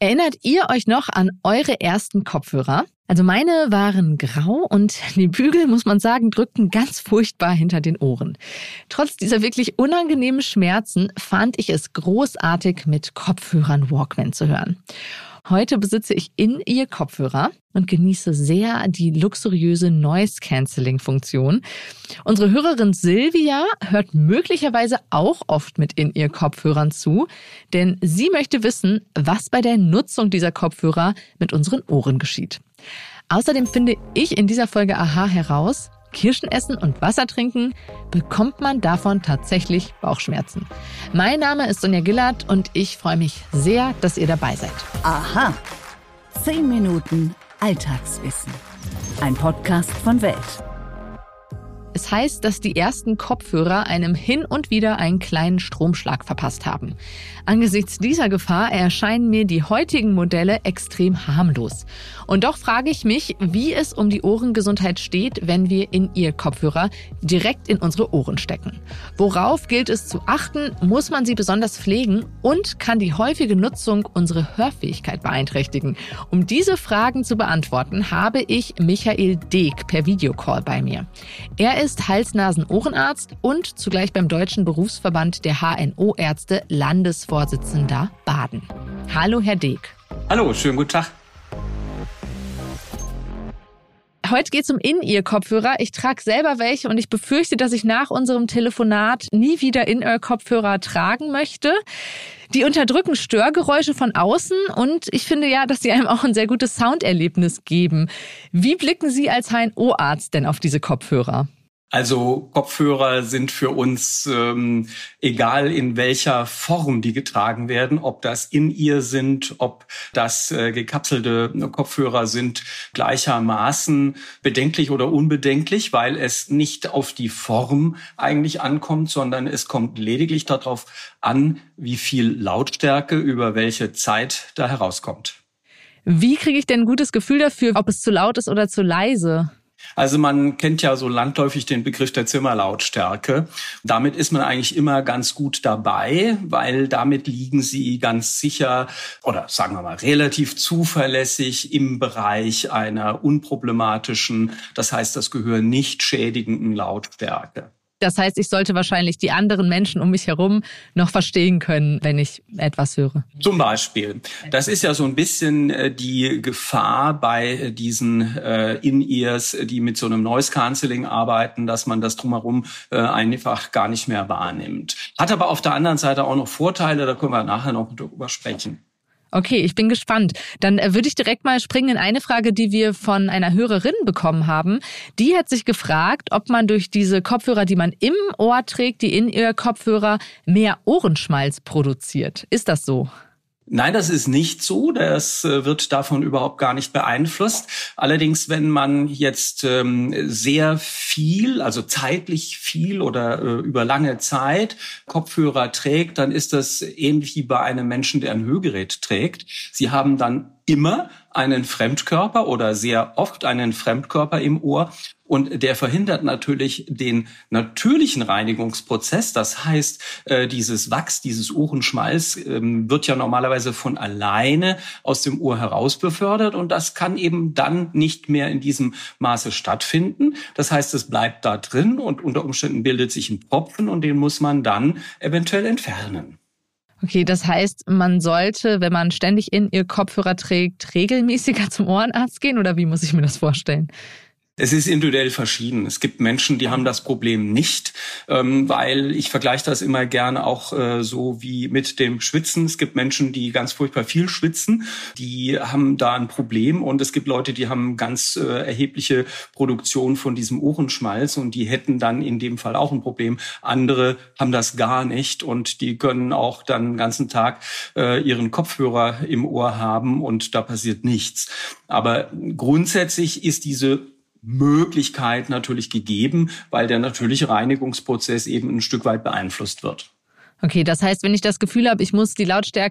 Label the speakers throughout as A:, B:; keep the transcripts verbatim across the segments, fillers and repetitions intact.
A: Erinnert ihr euch noch an eure ersten Kopfhörer? Also meine waren grau und die Bügel, muss man sagen, drückten ganz furchtbar hinter den Ohren. Trotz dieser wirklich unangenehmen Schmerzen fand ich es großartig, mit Kopfhörern Walkman zu hören. Heute besitze ich In-Ear-Kopfhörer und genieße sehr die luxuriöse Noise-Cancelling-Funktion. Unsere Hörerin Silvia hört möglicherweise auch oft mit In-Ear-Kopfhörern zu, denn sie möchte wissen, was bei der Nutzung dieser Kopfhörer mit unseren Ohren geschieht. Außerdem finde ich in dieser Folge Aha heraus, Kirschen essen und Wasser trinken, bekommt man davon tatsächlich Bauchschmerzen. Mein Name ist Sonja Gillard und ich freue mich sehr, dass ihr dabei seid.
B: Aha. Zehn Minuten Alltagswissen. Ein Podcast von Welt.
A: Es heißt, dass die ersten Kopfhörer einem hin und wieder einen kleinen Stromschlag verpasst haben. Angesichts dieser Gefahr erscheinen mir die heutigen Modelle extrem harmlos. Und doch frage ich mich, wie es um die Ohrengesundheit steht, wenn wir In-Ear-Kopfhörer direkt in unsere Ohren stecken. Worauf gilt es zu achten? Muss man sie besonders pflegen? Und kann die häufige Nutzung unsere Hörfähigkeit beeinträchtigen? Um diese Fragen zu beantworten, habe ich Michael Deek per Videocall bei mir. Er ist Hals-Nasen-Ohrenarzt und zugleich beim Deutschen Berufsverband der H N O-Ärzte Landesvorsitzender Baden. Hallo, Herr Deek.
C: Hallo, schönen guten Tag.
A: Heute geht es um In-Ear-Kopfhörer. Ich trage selber welche und ich befürchte, dass ich nach unserem Telefonat nie wieder In-Ear-Kopfhörer tragen möchte. Die unterdrücken Störgeräusche von außen und ich finde ja, dass sie einem auch ein sehr gutes Sounderlebnis geben. Wie blicken Sie als H N O-Arzt denn auf diese Kopfhörer?
C: Also Kopfhörer sind für uns, ähm, egal in welcher Form die getragen werden, ob das In-Ear sind, ob das äh, gekapselte Kopfhörer sind, gleichermaßen bedenklich oder unbedenklich, weil es nicht auf die Form eigentlich ankommt, sondern es kommt lediglich darauf an, wie viel Lautstärke über welche Zeit da herauskommt.
A: Wie kriege ich denn ein gutes Gefühl dafür, ob es zu laut ist oder zu leise?
C: Also man kennt ja so landläufig den Begriff der Zimmerlautstärke. Damit ist man eigentlich immer ganz gut dabei, weil damit liegen Sie ganz sicher oder sagen wir mal relativ zuverlässig im Bereich einer unproblematischen, das heißt das Gehör nicht schädigenden Lautstärke.
A: Das heißt, ich sollte wahrscheinlich die anderen Menschen um mich herum noch verstehen können, wenn ich etwas höre.
C: Zum Beispiel. Das ist ja so ein bisschen äh, die Gefahr bei diesen äh, In-Ears, die mit so einem Noise-Cancelling arbeiten, dass man das drumherum äh, einfach gar nicht mehr wahrnimmt. Hat aber auf der anderen Seite auch noch Vorteile, da können wir nachher noch drüber sprechen.
A: Okay, ich bin gespannt. Dann würde ich direkt mal springen in eine Frage, die wir von einer Hörerin bekommen haben. Die hat sich gefragt, ob man durch diese Kopfhörer, die man im Ohr trägt, die In-Ear-Kopfhörer, mehr Ohrenschmalz produziert. Ist das so?
C: Nein, das ist nicht so. Das wird davon überhaupt gar nicht beeinflusst. Allerdings, wenn man jetzt ähm, sehr viel, also zeitlich viel oder äh, über lange Zeit Kopfhörer trägt, dann ist das ähnlich wie bei einem Menschen, der ein Hörgerät trägt. Sie haben dann immer einen Fremdkörper oder sehr oft einen Fremdkörper im Ohr und der verhindert natürlich den natürlichen Reinigungsprozess. Das heißt, äh, dieses Wachs, dieses Ohrenschmalz ähm, wird ja normalerweise von alleine aus dem Ohr heraus befördert und das kann eben dann nicht mehr in diesem Maße stattfinden. Das heißt, es bleibt da drin und unter Umständen bildet sich ein Tropfen und den muss man dann eventuell entfernen.
A: Okay, das heißt, man sollte, wenn man ständig In-Ear-Kopfhörer trägt, regelmäßiger zum Ohrenarzt gehen oder wie muss ich mir das vorstellen?
C: Es ist individuell verschieden. Es gibt Menschen, die haben das Problem nicht, ähm, weil ich vergleiche das immer gerne auch äh, so wie mit dem Schwitzen. Es gibt Menschen, die ganz furchtbar viel schwitzen, die haben da ein Problem und es gibt Leute, die haben ganz äh, erhebliche Produktion von diesem Ohrenschmalz und die hätten dann in dem Fall auch ein Problem. Andere haben das gar nicht und die können auch dann den ganzen Tag äh, ihren Kopfhörer im Ohr haben und da passiert nichts. Aber grundsätzlich ist diese Möglichkeit natürlich gegeben, weil der natürliche Reinigungsprozess eben ein Stück weit beeinflusst wird.
A: Okay, das heißt, wenn ich das Gefühl habe, ich muss die Lautstärke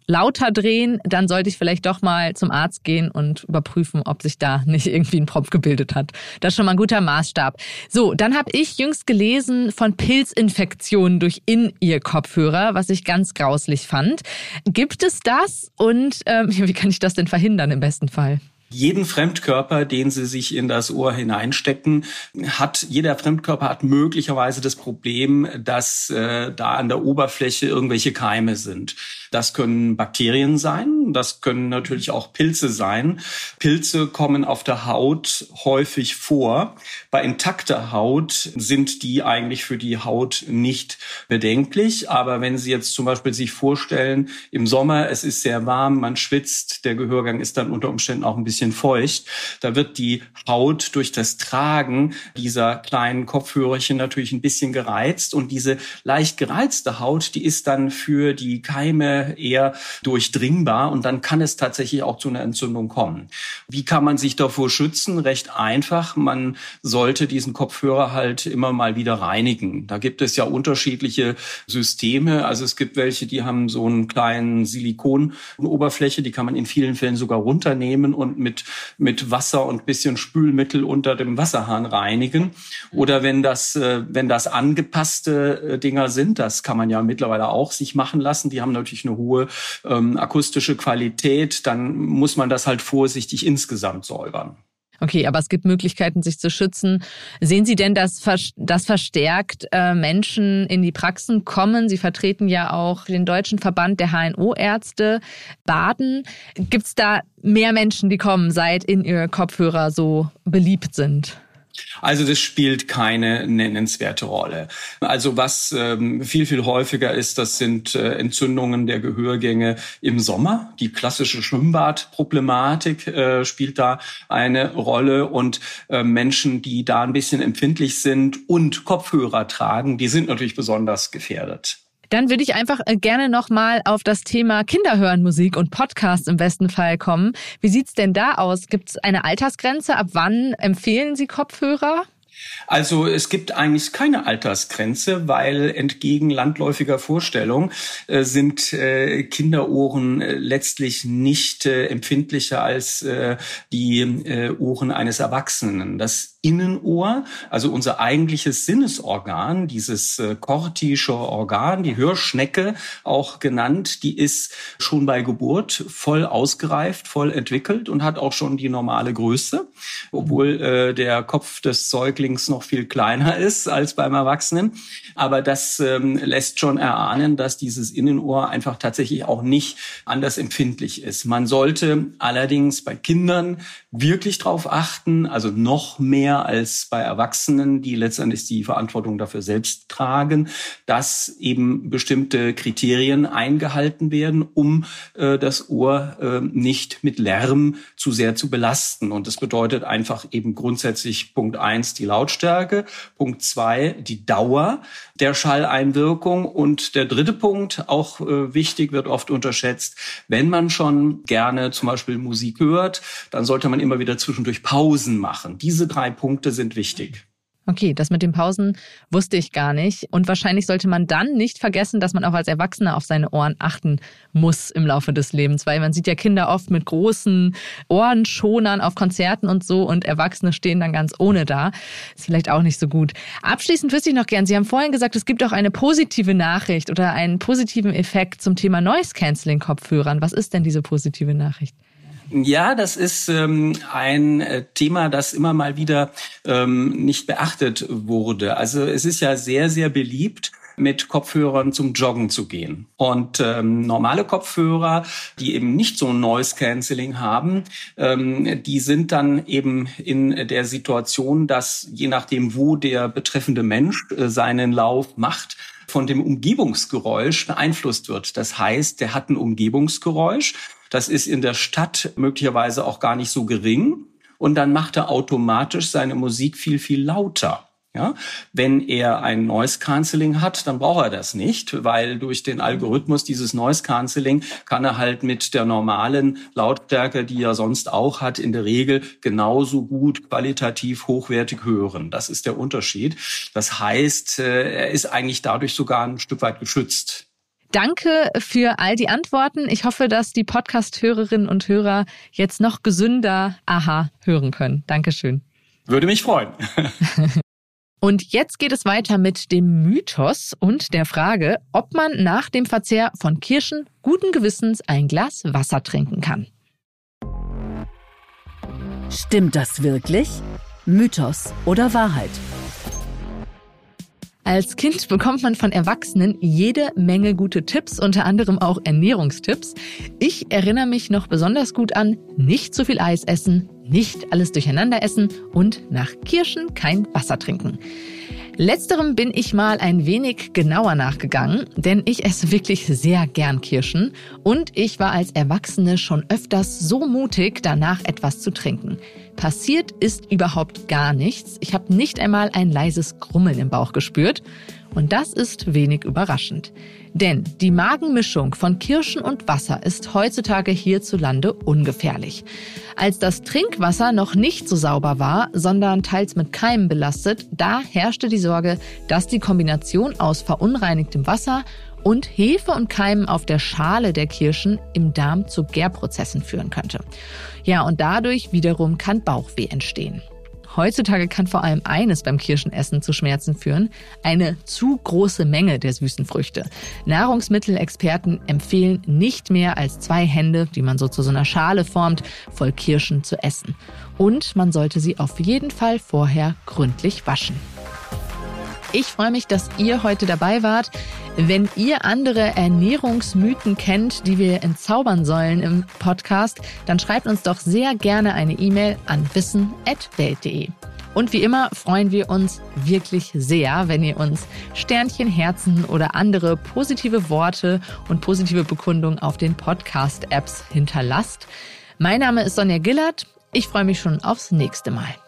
A: lauter drehen, dann sollte ich vielleicht doch mal zum Arzt gehen und überprüfen, ob sich da nicht irgendwie ein Propf gebildet hat. Das ist schon mal ein guter Maßstab. So, dann habe ich jüngst gelesen von Pilzinfektionen durch In-Ear-Kopfhörer, was ich ganz grauslich fand. Gibt es das und ähm, wie kann ich das denn verhindern im besten Fall?
C: Jeden Fremdkörper, den Sie sich in das Ohr hineinstecken, hat, jeder Fremdkörper hat möglicherweise das Problem, dass äh, da an der Oberfläche irgendwelche Keime sind. Das können Bakterien sein, das können natürlich auch Pilze sein. Pilze kommen auf der Haut häufig vor. Bei intakter Haut sind die eigentlich für die Haut nicht bedenklich. Aber wenn Sie jetzt zum Beispiel sich vorstellen, im Sommer, es ist sehr warm, man schwitzt, der Gehörgang ist dann unter Umständen auch ein bisschen feucht. Da wird die Haut durch das Tragen dieser kleinen Kopfhörerchen natürlich ein bisschen gereizt. Und diese leicht gereizte Haut, die ist dann für die Keime eher durchdringbar. Und dann kann es tatsächlich auch zu einer Entzündung kommen. Wie kann man sich davor schützen? Recht einfach. Man sollte diesen Kopfhörer halt immer mal wieder reinigen. Da gibt es ja unterschiedliche Systeme. Also es gibt welche, die haben so einen kleinen Silikon-Oberfläche. Die kann man in vielen Fällen sogar runternehmen und mit mit Wasser und bisschen Spülmittel unter dem Wasserhahn reinigen. Oder wenn das wenn das angepasste Dinger sind, das kann man ja mittlerweile auch sich machen lassen. Die haben natürlich eine hohe ähm, akustische Qualität. Dann muss man das halt vorsichtig insgesamt säubern.
A: Okay, aber es gibt Möglichkeiten, sich zu schützen. Sehen Sie denn, dass das verstärkt äh, Menschen in die Praxen kommen? Sie vertreten ja auch den Deutschen Verband der H N O-Ärzte Baden. Gibt es da mehr Menschen, die kommen, seit In-Ear-Kopfhörer so beliebt sind?
C: Also das spielt keine nennenswerte Rolle. Also was ähm, viel, viel häufiger ist, das sind äh, Entzündungen der Gehörgänge im Sommer. Die klassische Schwimmbadproblematik äh, spielt da eine Rolle. Und äh, Menschen, die da ein bisschen empfindlich sind und Kopfhörer tragen, die sind natürlich besonders gefährdet.
A: Dann würde ich einfach gerne nochmal auf das Thema Kinderhörenmusik und Podcasts im besten Fall kommen. Wie sieht's denn da aus? Gibt es eine Altersgrenze? Ab wann empfehlen Sie Kopfhörer?
C: Also es gibt eigentlich keine Altersgrenze, weil entgegen landläufiger Vorstellung äh, sind äh, Kinderohren äh, letztlich nicht äh, empfindlicher als äh, die äh, Ohren eines Erwachsenen. Das Innenohr, also unser eigentliches Sinnesorgan, dieses äh, kortische Organ, die Hörschnecke auch genannt, die ist schon bei Geburt voll ausgereift, voll entwickelt und hat auch schon die normale Größe, obwohl äh, der Kopf des Säuglings noch viel kleiner ist als beim Erwachsenen. Aber das ähm, lässt schon erahnen, dass dieses Innenohr einfach tatsächlich auch nicht anders empfindlich ist. Man sollte allerdings bei Kindern wirklich drauf achten, also noch mehr als bei Erwachsenen, die letztendlich die Verantwortung dafür selbst tragen, dass eben bestimmte Kriterien eingehalten werden, um äh, das Ohr äh, nicht mit Lärm zu sehr zu belasten. Und das bedeutet einfach eben grundsätzlich Punkt eins die Lautstärke, Punkt zwei die Dauer der Schalleinwirkung und der dritte Punkt, auch äh, wichtig, wird oft unterschätzt, wenn man schon gerne zum Beispiel Musik hört, dann sollte man immer wieder zwischendurch Pausen machen. Diese drei Punkte sind wichtig.
A: Okay, das mit den Pausen wusste ich gar nicht. Und wahrscheinlich sollte man dann nicht vergessen, dass man auch als Erwachsener auf seine Ohren achten muss im Laufe des Lebens. Weil man sieht ja Kinder oft mit großen Ohrenschonern auf Konzerten und so und Erwachsene stehen dann ganz ohne da. Ist vielleicht auch nicht so gut. Abschließend wüsste ich noch gern, Sie haben vorhin gesagt, es gibt auch eine positive Nachricht oder einen positiven Effekt zum Thema Noise-Canceling-Kopfhörern. Was ist denn diese positive Nachricht?
C: Ja, das ist ähm, ein äh, Thema, das immer mal wieder ähm, nicht beachtet wurde. Also es ist ja sehr, sehr beliebt, mit Kopfhörern zum Joggen zu gehen. Und ähm, normale Kopfhörer, die eben nicht so ein Noise Cancelling haben, ähm, die sind dann eben in der Situation, dass je nachdem, wo der betreffende Mensch äh, seinen Lauf macht, von dem Umgebungsgeräusch beeinflusst wird. Das heißt, der hat ein Umgebungsgeräusch. Das ist in der Stadt möglicherweise auch gar nicht so gering. Und dann macht er automatisch seine Musik viel, viel lauter. Ja, wenn er ein Noise Cancelling hat, dann braucht er das nicht, weil durch den Algorithmus dieses Noise Cancelling kann er halt mit der normalen Lautstärke, die er sonst auch hat, in der Regel genauso gut qualitativ hochwertig hören. Das ist der Unterschied. Das heißt, er ist eigentlich dadurch sogar ein Stück weit geschützt.
A: Danke für all die Antworten. Ich hoffe, dass die Podcast-Hörerinnen und Hörer jetzt noch gesünder Aha hören können. Dankeschön.
C: Würde mich freuen.
A: Und jetzt geht es weiter mit dem Mythos und der Frage, ob man nach dem Verzehr von Kirschen guten Gewissens ein Glas Wasser trinken kann.
B: Stimmt das wirklich? Mythos oder Wahrheit?
A: Als Kind bekommt man von Erwachsenen jede Menge gute Tipps, unter anderem auch Ernährungstipps. Ich erinnere mich noch besonders gut an nicht zu viel Eis essen, nicht alles durcheinander essen und nach Kirschen kein Wasser trinken. Letzterem bin ich mal ein wenig genauer nachgegangen, denn ich esse wirklich sehr gern Kirschen und ich war als Erwachsene schon öfters so mutig, danach etwas zu trinken. Passiert ist überhaupt gar nichts. Ich habe nicht einmal ein leises Grummeln im Bauch gespürt. Und das ist wenig überraschend. Denn die Magenmischung von Kirschen und Wasser ist heutzutage hierzulande ungefährlich. Als das Trinkwasser noch nicht so sauber war, sondern teils mit Keimen belastet, da herrschte die Sorge, dass die Kombination aus verunreinigtem Wasser und Hefe und Keimen auf der Schale der Kirschen im Darm zu Gärprozessen führen könnte. Ja, und dadurch wiederum kann Bauchweh entstehen. Heutzutage kann vor allem eines beim Kirschenessen zu Schmerzen führen: eine zu große Menge der süßen Früchte. Nahrungsmittelexperten empfehlen nicht mehr als zwei Hände, die man so zu so einer Schale formt, voll Kirschen zu essen. Und man sollte sie auf jeden Fall vorher gründlich waschen. Ich freue mich, dass ihr heute dabei wart. Wenn ihr andere Ernährungsmythen kennt, die wir entzaubern sollen im Podcast, dann schreibt uns doch sehr gerne eine E-Mail an wissen at welt punkt de. Und wie immer freuen wir uns wirklich sehr, wenn ihr uns Sternchen, Herzen oder andere positive Worte und positive Bekundungen auf den Podcast-Apps hinterlasst. Mein Name ist Sonja Gillert. Ich freue mich schon aufs nächste Mal.